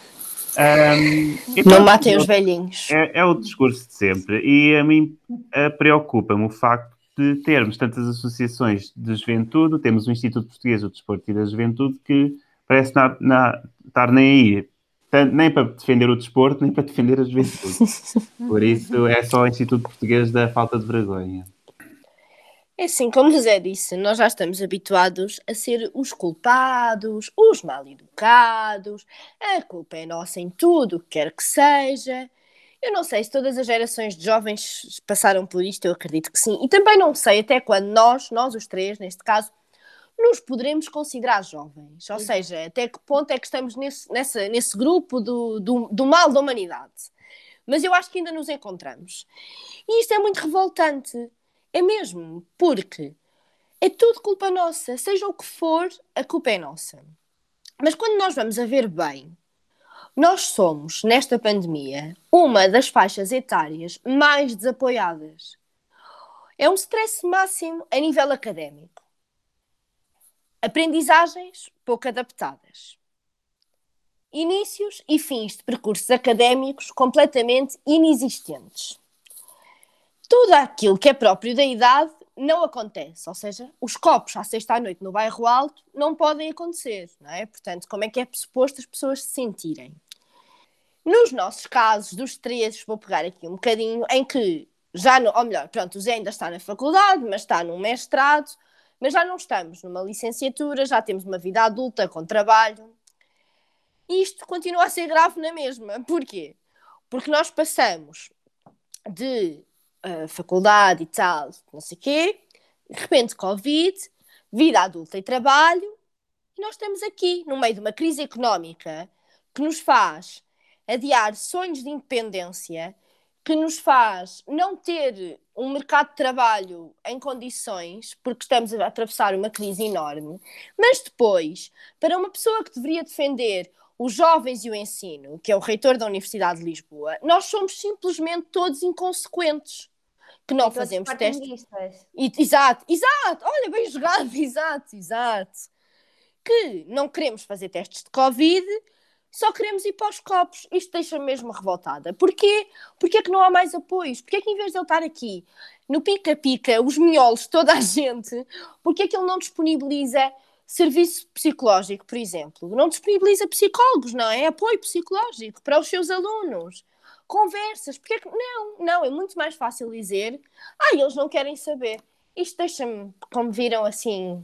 Um, não matem os velhinhos. É, é o discurso de sempre. E a mim a preocupa-me o facto de termos tantas associações de juventude, temos o Instituto Português do Desporto e da Juventude, que parece não, não, estar nem aí, tanto, nem para defender o desporto, nem para defender a juventude. Por isso é só o Instituto Português da falta de vergonha. É assim, como José disse, nós já estamos habituados a ser os culpados, os mal-educados, a culpa é nossa em tudo o que quer que seja. Eu não sei se todas as gerações de jovens passaram por isto, eu acredito que sim. E também não sei até quando nós, nós os três, neste caso, nos poderemos considerar jovens. Ou seja, até que ponto é que estamos nesse, nessa, nesse grupo do, do, do mal da humanidade. Mas eu acho que ainda nos encontramos. E isto é muito revoltante. É mesmo, porque é tudo culpa nossa. Seja o que for, a culpa é nossa. Mas quando nós vamos a ver bem, nós somos, nesta pandemia, uma das faixas etárias mais desapoiadas. É um stress máximo a nível académico. Aprendizagens pouco adaptadas. Inícios e fins de percursos académicos completamente inexistentes. Tudo aquilo que é próprio da idade não acontece, ou seja, os copos à sexta à noite no bairro alto não podem acontecer, não é? Portanto, como é que é suposto as pessoas se sentirem? Nos nossos casos, dos três, vou pegar aqui um bocadinho, em que já, no, ou melhor, pronto, o Zé ainda está na faculdade, mas está num mestrado, mas já não estamos numa licenciatura, já temos uma vida adulta com trabalho. E isto continua a ser grave na mesma. Porquê? Porque nós passamos de Uh, faculdade e tal, não sei o quê, de repente Covid, vida adulta e trabalho, e nós estamos aqui, no meio de uma crise económica que nos faz adiar sonhos de independência, que nos faz não ter um mercado de trabalho em condições, porque estamos a atravessar uma crise enorme, mas depois, para uma pessoa que deveria defender os jovens e o ensino, que é o reitor da Universidade de Lisboa, nós somos simplesmente todos inconsequentes, que não E todos fazemos testes. sportinguistas. E- Exato, exato, olha, bem jogado, exato, exato. Que não queremos fazer testes de Covid, só queremos ir para os copos. Isto deixa-me mesmo revoltada. Porquê? Porquê é que não há mais apoios? Porquê é que em vez de ele estar aqui no pica-pica, os miolos, toda a gente, porquê é que ele não disponibiliza serviço psicológico, por exemplo? Não disponibiliza psicólogos, não é? Apoio psicológico para os seus alunos. Conversas. Porquê é que... Não, não, é muito mais fácil dizer ah, eles não querem saber. Isto deixa-me, como viram, assim,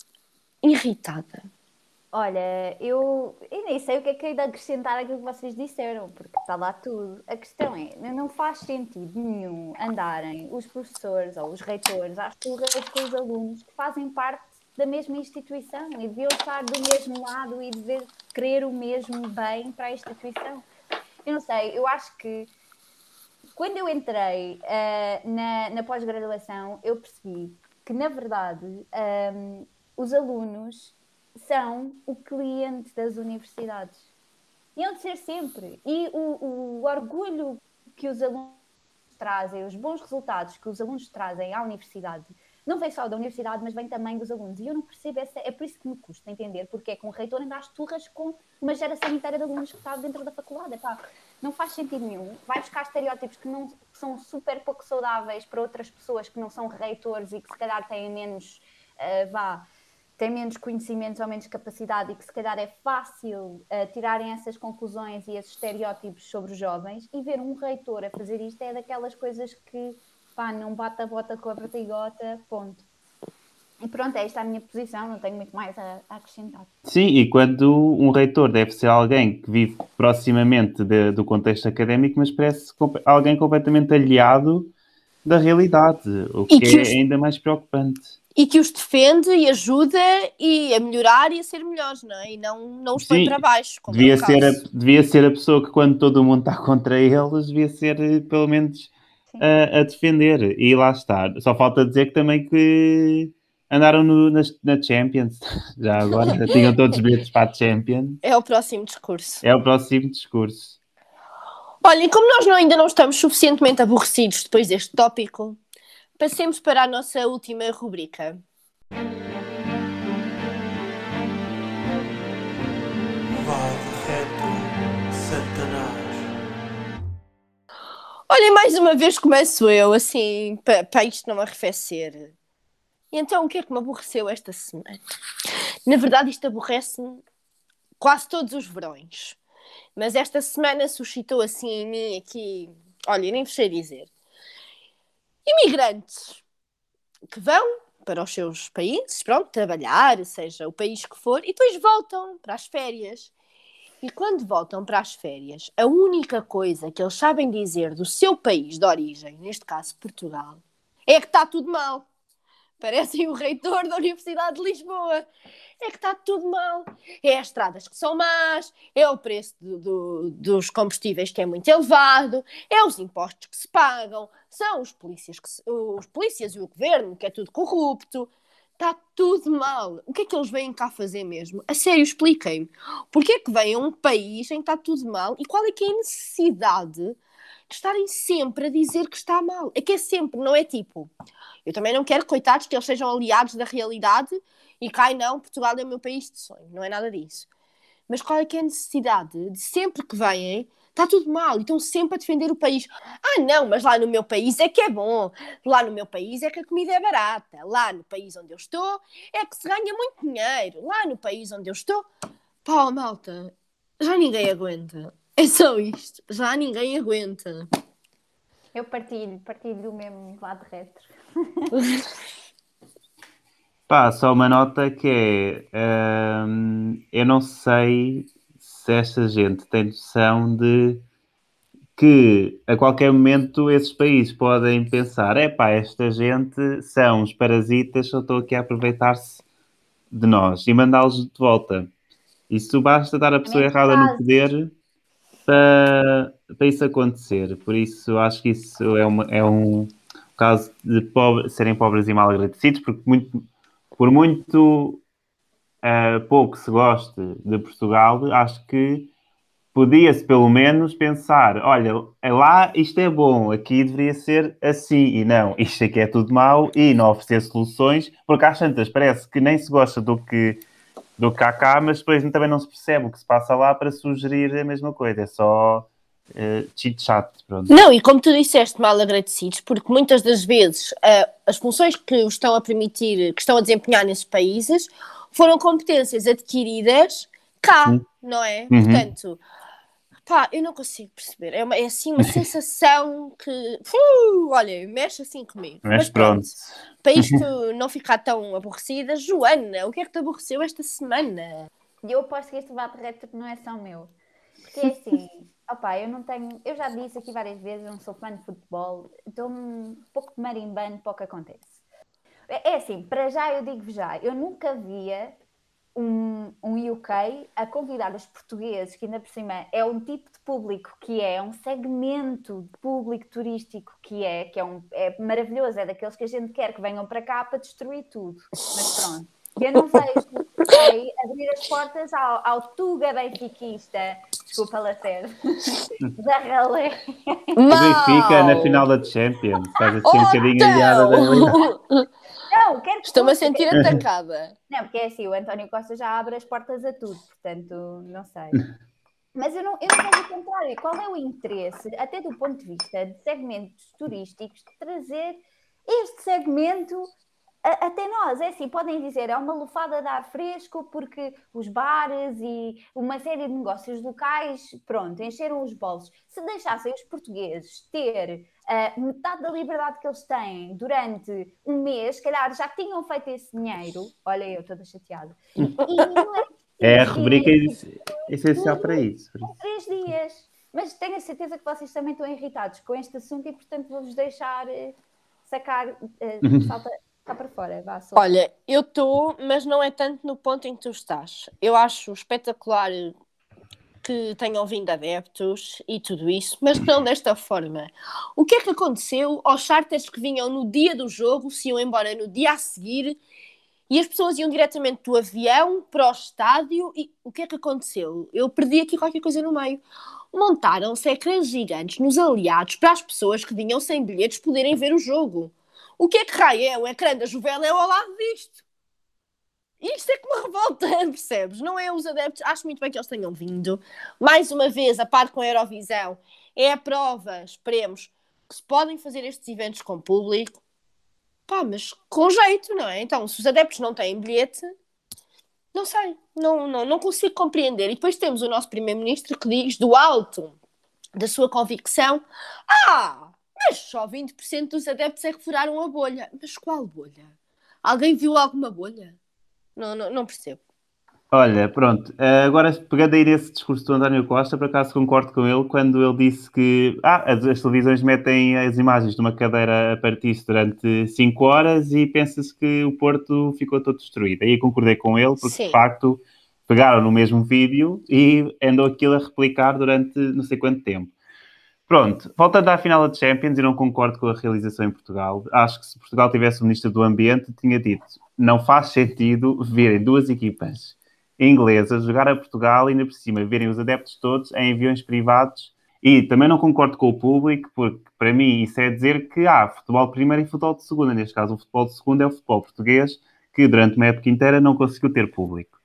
irritada. Olha, eu, eu nem sei o que é que hei de acrescentar àquilo que vocês disseram, porque está lá tudo. A questão é, não faz sentido nenhum andarem os professores ou os reitores às turras com os alunos que fazem parte da mesma instituição e deviam estar do mesmo lado e dever querer o mesmo bem para a instituição. Eu não sei, eu acho que quando eu entrei uh, na, na pós-graduação, eu percebi que, na verdade, um, os alunos são o cliente das universidades. E hão de ser sempre. E o, o orgulho que os alunos trazem, os bons resultados que os alunos trazem à universidade, não vem só da universidade, mas vem também dos alunos. E eu não percebo essa... É por isso que me custa entender porque é que um reitor anda às turras com uma geração inteira de alunos que está dentro da faculdade. Epá, não faz sentido nenhum. Vai buscar estereótipos que, não, que são super pouco saudáveis para outras pessoas que não são reitores e que se calhar têm menos... Uh, vá... têm menos conhecimentos ou menos capacidade e que se calhar é fácil uh, tirarem essas conclusões e esses estereótipos sobre os jovens, e ver um reitor a fazer isto é daquelas coisas que, pá, não bate a bota com a bertigota, ponto. E pronto, é esta a minha posição, não tenho muito mais a, a acrescentar. Sim, e quando um reitor deve ser alguém que vive proximamente de, do contexto académico, mas parece comp- alguém completamente aliado da realidade, o que, que é os... ainda mais preocupante. E que os defende e ajuda e a melhorar e a ser melhores, não é? E não, não os põe Sim, para baixo, como devia, é o ser a, caso. devia ser a pessoa que, quando todo mundo está contra eles, devia ser, eh, pelo menos, a, a defender. E lá está. Só falta dizer que também que andaram no, na, na Champions. Já agora, tinham todos os bilhetes para a Champions. É o próximo discurso. É o próximo discurso. Olhem, como nós não, ainda não estamos suficientemente aborrecidos depois deste tópico, passemos para a nossa última rubrica. Olhem, mais uma vez começo eu, assim, para, para isto não arrefecer. E então, o que é que me aborreceu esta semana? Na verdade, isto aborrece-me quase todos os verões. Mas esta semana suscitou assim em mim aqui... Olha, nem vos sei dizer. Imigrantes que vão para os seus países, pronto, trabalhar, seja o país que for, e depois voltam para as férias. E quando voltam para as férias, a única coisa que eles sabem dizer do seu país de origem, neste caso Portugal, é que está tudo mal. Parecem o reitor da Universidade de Lisboa. É que está tudo mal. É as estradas que são más, é o preço do, do, dos combustíveis que é muito elevado, é os impostos que se pagam, são os polícias, que se, os polícias e o governo, que é tudo corrupto. Está tudo mal. O que é que eles vêm cá fazer mesmo? A sério, expliquem-me. Porquê é que vêm a um país em que está tudo mal e qual é que é a necessidade de estarem sempre a dizer que está mal? É que é sempre, não é tipo... Eu também não quero, coitados, que eles sejam aliados da realidade e cá não, Portugal é o meu país de sonho. Não é nada disso. Mas qual é que é a necessidade de sempre que vêm, está tudo mal e estão sempre a defender o país. Ah, não, mas lá no meu país é que é bom. Lá no meu país é que a comida é barata. Lá no país onde eu estou é que se ganha muito dinheiro. Lá no país onde eu estou... Pá, malta, já ninguém aguenta. É só isto. Já ninguém aguenta. Eu partilho, partilho do mesmo lado retro. Pá, só uma nota que é... hum, eu não sei se esta gente tem noção de que a qualquer momento esses países podem pensar, epá, esta gente são os parasitas, só estou aqui a aproveitar-se de nós e mandá-los de volta. Isso basta dar a pessoa errada no poder para, para isso acontecer. Por isso acho que isso é, uma, é um caso de pobre, serem pobres e mal agradecidos, porque muito, por muito uh, pouco se goste de Portugal, acho que podia-se pelo menos pensar, olha, lá isto é bom, aqui deveria ser assim, e não, isto aqui é tudo mau, e não oferecer soluções, porque às tantas parece que nem se gosta do que, do que há cá, mas depois também não se percebe o que se passa lá para sugerir a mesma coisa, é só uh, chit-chat, pronto. Não, e como tu disseste, mal agradecidos, porque muitas das vezes uh, as funções que os estão a permitir, que estão a desempenhar nesses países, foram competências adquiridas cá, Sim. não é? Uhum. Portanto, pá, eu não consigo perceber. É, uma, é assim uma sensação que, uh, olha, mexe assim comigo. Mas, Mas pronto, pronto. para isto não ficar tão aborrecida, Joana, o que é que te aborreceu esta semana? Eu aposto que este debate retro não é só meu. Porque é assim, opá, eu não tenho, eu já disse aqui várias vezes, eu não sou fã de futebol, estou um pouco de marimbando para o que acontece. É, é assim, para já eu digo-vos já, eu nunca via um, um U K a convidar os portugueses, que ainda por cima é um tipo de público que é, um segmento de público turístico que é, que é, um, é maravilhoso, é daqueles que a gente quer que venham para cá para destruir tudo. Mas pronto, eu não vejo o U K abrir as portas ao, ao Tuga benfiquista, desculpa, Lacerda, da Ralé. O Benfica na final da Champions, estás a ser um bocadinho aliada da realidade. Não, quero que Estou-me a fosse- sentir atacada. Não, porque é assim, o António Costa já abre as portas a tudo, portanto, não sei. Mas eu não, eu não vejo o contrário. Qual é o interesse, até do ponto de vista de segmentos turísticos, de trazer este segmento a- até nós? É assim, podem dizer, é uma lufada de ar fresco porque os bares e uma série de negócios locais, pronto, encheram os bolsos. Se deixassem os portugueses ter uh, metade da liberdade que eles têm durante um mês, se calhar já tinham feito esse dinheiro. Olha, eu toda chateada. E não é É a preciso rubrica ir essencial para isso. por isso. três dias. Mas tenho a certeza que vocês também estão irritados com este assunto e, portanto, vou-vos deixar eh, sacar, eh, salta cá para fora. Vá, solta. Olha, eu estou, mas não é tanto no ponto em que tu estás. Eu acho espetacular que tenham vindo adeptos e tudo isso, mas não desta forma. O que é que aconteceu aos charters que vinham no dia do jogo, se iam embora no dia a seguir, e as pessoas iam diretamente do avião para o estádio, e o que é que aconteceu? Eu perdi aqui qualquer coisa no meio. Montaram-se ecrãs gigantes nos aliados para as pessoas que vinham sem bilhetes poderem ver o jogo. O que é que raio é? O ecrã da Juveléu ao lado disto. Isto é que me revolta, percebes? Não é os adeptos, acho muito bem que eles tenham vindo. Mais uma vez, a par com a Eurovisão, é a prova, esperemos, que se podem fazer estes eventos com público. Pá, mas com jeito, não é? Então, se os adeptos não têm bilhete, não sei, não, não, não consigo compreender. E depois temos o nosso primeiro-ministro que diz, do alto da sua convicção, ah, mas só vinte por cento dos adeptos é que furaram a bolha. Mas qual bolha? Alguém viu alguma bolha? Não, não, não percebo. Olha, pronto, eh, agora pegando aí nesse discurso do António Costa, por acaso concordo com ele quando ele disse que ah, as, as televisões metem as imagens de uma cadeira a partir-se durante cinco horas e pensa-se que o Porto ficou todo destruído. Aí concordei com ele, porque Sim. de facto pegaram no mesmo vídeo e andou aquilo a replicar durante não sei quanto tempo. Pronto, voltando à final da Champions, eu não concordo com a realização em Portugal. Acho que se Portugal tivesse o Ministro do Ambiente, tinha dito, não faz sentido verem duas equipas inglesas jogar a Portugal e ainda por cima verem os adeptos todos em aviões privados. E também não concordo com o público, porque para mim isso é dizer que há futebol de primeira e futebol de segunda. Neste caso, o futebol de segunda é o futebol português, que durante uma época inteira não conseguiu ter público.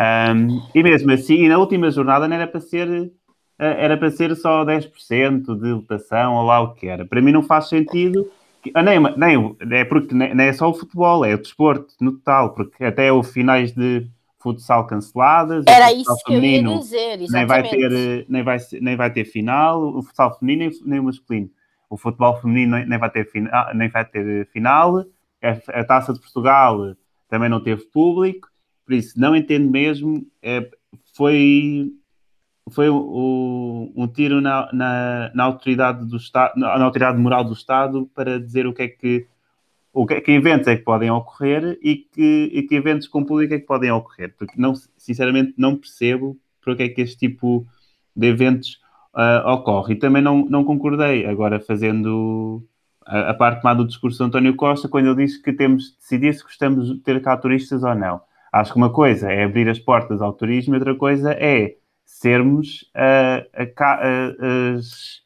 Um, e mesmo assim, na última jornada não era para ser... era para ser só dez por cento de lotação, ou lá o que era. Para mim não faz sentido, que, ah, nem, nem, é porque nem, nem é só o futebol, é o desporto no total, porque até houve finais de futsal canceladas, Era o futsal isso que eu ia feminino dizer, nem vai, exatamente. ter, nem, vai, nem vai ter final, o futsal feminino nem o masculino. O futebol feminino nem vai ter, fina, nem vai ter final, a, a Taça de Portugal também não teve público, por isso não entendo mesmo, é, foi... foi o, um tiro na, na, na autoridade do Estado, na, na autoridade moral do Estado para dizer o que é que, o que, que eventos é que podem ocorrer e que, e que eventos com público é que podem ocorrer. Porque, não, sinceramente, não percebo porque é que este tipo de eventos uh, ocorre. E também não, não concordei, agora fazendo a, a parte má do discurso de António Costa, quando ele diz que temos de decidir se gostamos de ter cá turistas ou não. Acho que uma coisa é abrir as portas ao turismo e outra coisa é sermos uh, a, a, as,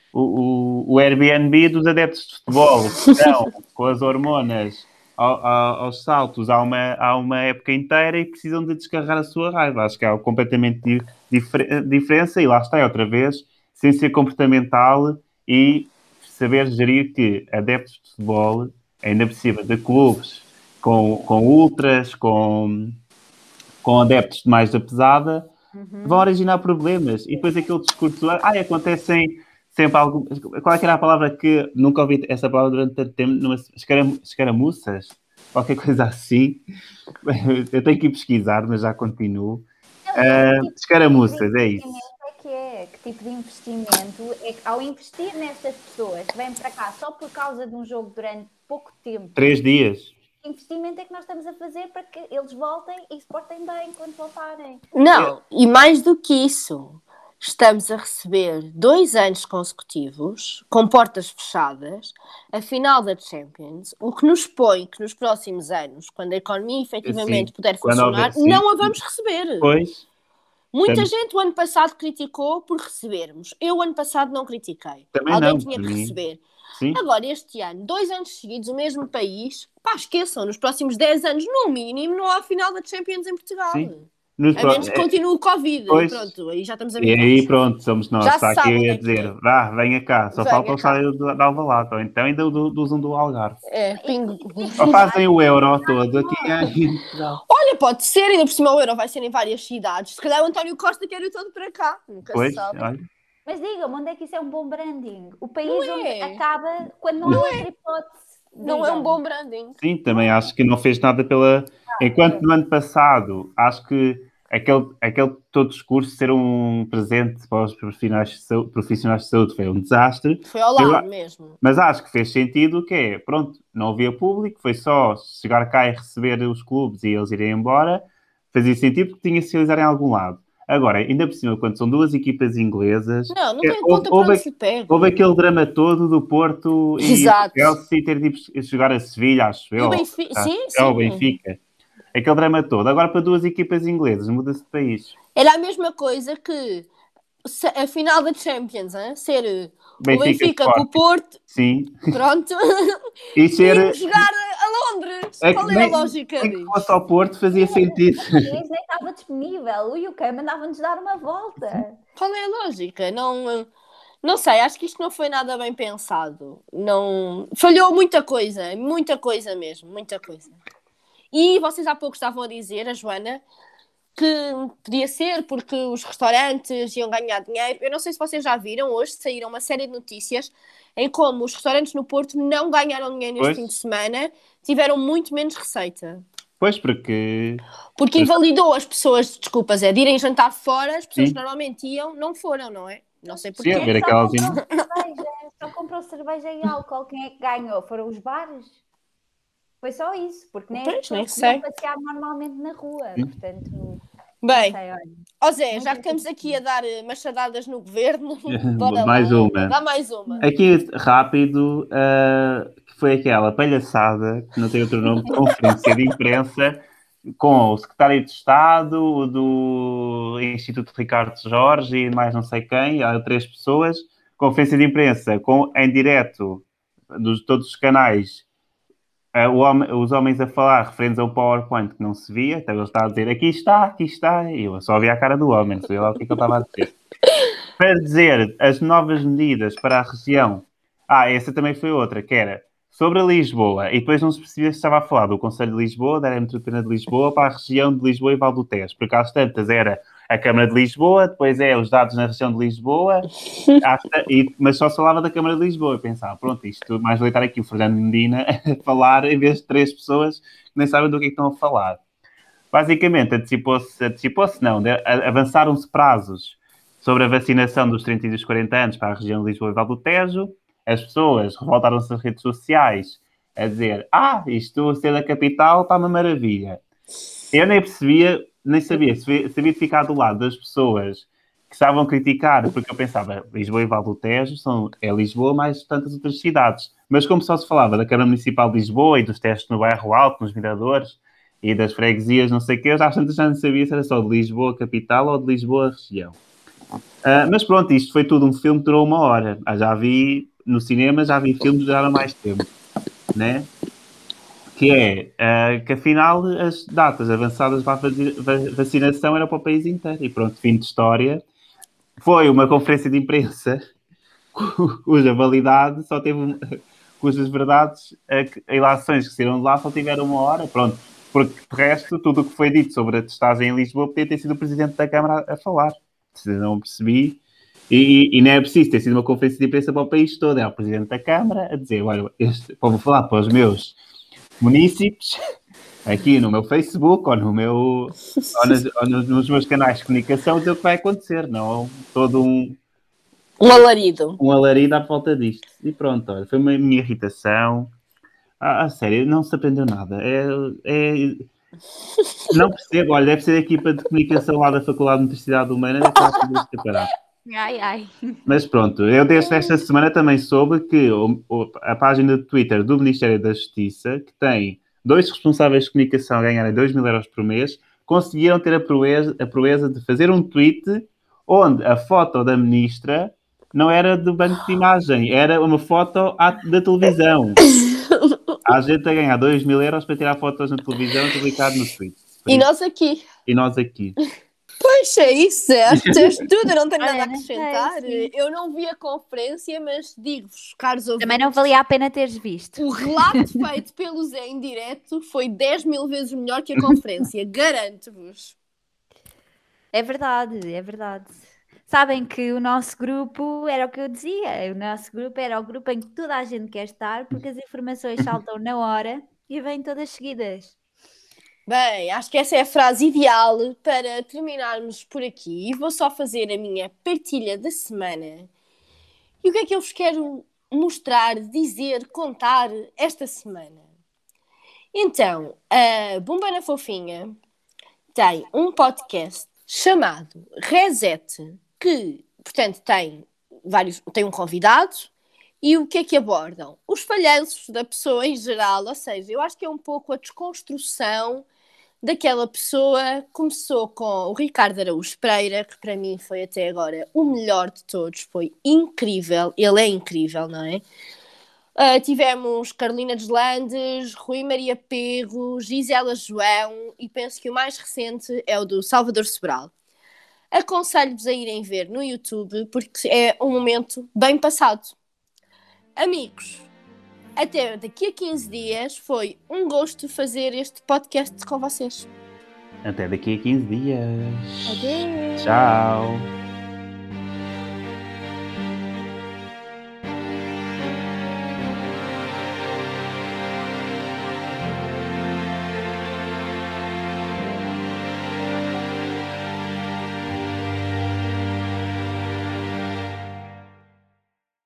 o, o Airbnb dos adeptos de futebol, que estão com as hormonas ao, ao, aos saltos há uma, há uma época inteira e precisam de descarregar a sua raiva. Acho que há completamente di, difer, diferença e lá está, outra vez, ciência comportamental e saber gerir que adeptos de futebol, ainda por cima de clubes com, com ultras, com, com adeptos de mais da pesada, uhum. vão originar problemas. E depois aquele discurso, ah, acontecem sempre algo... Qual é que era a palavra que... Nunca ouvi essa palavra durante tanto tempo, numa, escaram, escaramuças? Qualquer coisa assim. Eu tenho que ir pesquisar, mas já continuo. Uh, tipo escaramuças, é isso. É que é? Que tipo de investimento é que ao investir nestas pessoas que vêm para cá só por causa de um jogo durante pouco tempo... Três dias. Que investimento é que nós estamos a fazer para que eles voltem e se portem bem quando voltarem? Não, e mais do que isso, estamos a receber dois anos consecutivos, com portas fechadas, a final da Champions, o que nos põe que nos próximos anos, quando a economia efetivamente sim, puder funcionar, houver, não a vamos receber. Pois. Muita estamos... gente o ano passado criticou por recebermos. Eu o ano passado não critiquei. Também Alguém não, tinha que mim. receber. Sim. Agora, este ano, dois anos seguidos, o mesmo país, pá, esqueçam, nos próximos dez anos, no mínimo, não há final da Champions em Portugal. Sim. Nos a pro... menos que continue o Covid. Pois. Pronto, aí já estamos a ver. E aí pronto, somos nós. Já Está aqui a dizer, é. vá, venha cá. Só venha falta o estádio de Alvalade, ou então ainda do, do Zoom do Algarve. É, pingo. Ou fazem o Euro todo aqui em Portugal. Olha, pode ser, ainda por cima o Euro vai ser em várias cidades. Se calhar o António Costa quer ir todo para cá. Nunca pois, se sabe. Olha. Mas diga-me, onde é que isso é um bom branding? O país onde acaba quando não, não há outra hipótese. Não é um bom branding. Sim, também acho que não fez nada pela... Enquanto no ano passado, acho que aquele, aquele todo discurso ser um presente para os profissionais de saúde, profissionais de saúde foi um desastre. Foi ao lado Eu, mesmo. Mas acho que fez sentido que é, pronto, não havia público, foi só chegar cá e receber os clubes e eles irem embora. Fazia sentido porque tinha que se realizar em algum lado. Agora, ainda por cima, quando são duas equipas inglesas... Não, não tem conta para onde se pega. Houve aquele drama todo do Porto Exato. e o Chelsea ter de jogar a Sevilha, acho eu. O Benfica, tá? sim, sim. É o Benfica. Aquele drama todo. Agora, para duas equipas inglesas, muda-se de país. Era a mesma coisa que a final da Champions, hein? Ser Benfica, o Benfica com o Porto. Sim. Pronto. E ser... E jogar a Londres. É Qual é nem, a lógica disso? Se fosse ao Porto, fazia sentido. Nem estava disponível. O U K mandava-nos dar uma volta. Qual é a lógica? Não... Não sei, acho que isto não foi nada bem pensado. Não... Falhou muita coisa. Muita coisa mesmo. Muita coisa. E vocês há pouco estavam a dizer, a Joana, que podia ser porque os restaurantes iam ganhar dinheiro. Eu não sei se vocês já viram, hoje saíram uma série de notícias em como os restaurantes no Porto não ganharam dinheiro neste pois. fim de semana, tiveram muito menos receita. Pois, porque... Porque invalidou as pessoas, desculpas, é de irem jantar fora, as pessoas Sim. que normalmente iam, não foram, não é? Não sei porquê. Sim, a ver aquelas... Só comprou cerveja, só comprou cerveja e álcool. Quem é que ganhou? Foram os bares? Foi só isso, porque nem pois, as pessoas podiam passear normalmente na rua, Sim. portanto... Bem, sei, ó Zé, já que estamos aqui a dar machadadas no governo, bora mais lá, uma. Dá mais uma. Aqui, rápido, uh, que foi aquela palhaçada, que não tem outro nome, de conferência de imprensa, com o secretário de Estado, do Instituto Ricardo Jorge e mais não sei quem, há três pessoas, conferência de imprensa com, em direto de todos os canais, Uh, o homem, os homens a falar referentes ao PowerPoint que não se via, então ele está a dizer aqui está, aqui está, e eu só via a cara do homem, não sabia lá o que, é que ele estava a dizer. Para dizer as novas medidas para a região, ah, essa também foi outra, que era sobre a Lisboa, e depois não se percebia se estava a falar do Conselho de Lisboa, da área metropolitana de Lisboa, para a região de Lisboa e Val do Tejo, porque às tantas era a Câmara de Lisboa, depois é os dados na região de Lisboa, e, mas só se falava da Câmara de Lisboa. Eu pensava, pronto, isto mais vale estar aqui o Fernando Medina a falar em vez de três pessoas que nem sabem do que, é que estão a falar. Basicamente, antecipou-se, antecipou-se não, avançaram-se prazos sobre a vacinação dos trinta e dos quarenta anos para a região de Lisboa e Val do Tejo. As pessoas revoltaram-se nas redes sociais a dizer, ah, isto ser da capital está uma maravilha. Eu nem percebia, nem sabia, sabia de ficar do lado das pessoas que estavam a criticar, porque eu pensava, Lisboa e Val do Tejo são, é Lisboa mais tantas outras cidades. Mas como só se falava da Câmara Municipal de Lisboa e dos testes no Bairro Alto, nos Miradores, e das freguesias, não sei o quê. Eu já, já não sabia se era só de Lisboa capital ou de Lisboa região. Uh, mas pronto, isto foi tudo um filme que durou uma hora. Ah, já vi no cinema, já vi filmes que duraram mais tempo, né? Que é uh, que afinal as datas avançadas para a vacinação eram para o país inteiro. E pronto, fim de história. Foi uma conferência de imprensa cuja validade só teve, um, cujas verdades, a ilações que saíram de lá só tiveram uma hora, pronto. Porque, de resto, tudo o que foi dito sobre a testagem em Lisboa podia ter sido o Presidente da Câmara a, a falar. Se não percebi. E, e, e não é preciso ter sido uma conferência de imprensa para o país todo. É o Presidente da Câmara a dizer, olha, este, vou falar para os meus munícipes, aqui no meu Facebook ou, no meu, ou, nas, ou nos meus canais de comunicação, dizer o que vai acontecer. Não todo um... Um alarido. Um alarido à volta disto. E pronto, olha, foi uma minha irritação. Ah, a sério, não se aprendeu nada. É, é... Não percebo. Olha, deve ser a equipa de comunicação lá da Faculdade de Motricidade Humana. Deve estar tudo separado. Ai, ai. Mas pronto, eu desde esta semana também soube que o, o, a página de Twitter do Ministério da Justiça, que tem dois responsáveis de comunicação a ganharem dois mil euros por mês, conseguiram ter a proeza, a proeza de fazer um tweet onde a foto da ministra não era do banco de imagem, era uma foto à, da televisão. Há gente a ganhar dois mil euros para tirar fotos na televisão e publicar no Twitter. E nós aqui. E nós aqui. Pois é isso, é tudo, eu não tenho nada a Olha, não acrescentar. sei, sim. Eu não vi a conferência, mas digo-vos, caros ouvintes, Também não valia a pena teres visto. o relato feito pelo Zé em direto foi dez mil vezes melhor que a conferência, garanto-vos. É verdade, é verdade. Sabem que o nosso grupo era o que eu dizia, o nosso grupo era o grupo em que toda a gente quer estar, porque as informações saltam na hora e vêm todas seguidas. Bem, acho que essa é a frase ideal para terminarmos por aqui. E vou só fazer a minha partilha da semana. E o que é que eu vos quero mostrar, dizer, contar esta semana? Então, a Bombana Fofinha tem um podcast chamado Reset, que, portanto, tem, vários, tem um convidado. E o que é que abordam? Os falhanços da pessoa em geral, ou seja, eu acho que é um pouco a desconstrução daquela pessoa. Começou com o Ricardo Araújo Pereira, que para mim foi até agora o melhor de todos, foi incrível, ele é incrível, não é? Uh, tivemos Carolina Deslandes, Rui Maria Perro, Gisela João e penso que o mais recente é o do Salvador Sobral. Aconselho-vos a irem ver no YouTube porque é um momento bem passado. Amigos, até daqui a quinze dias, foi um gosto fazer este podcast com vocês. Até daqui a quinze dias. Adeus. Tchau.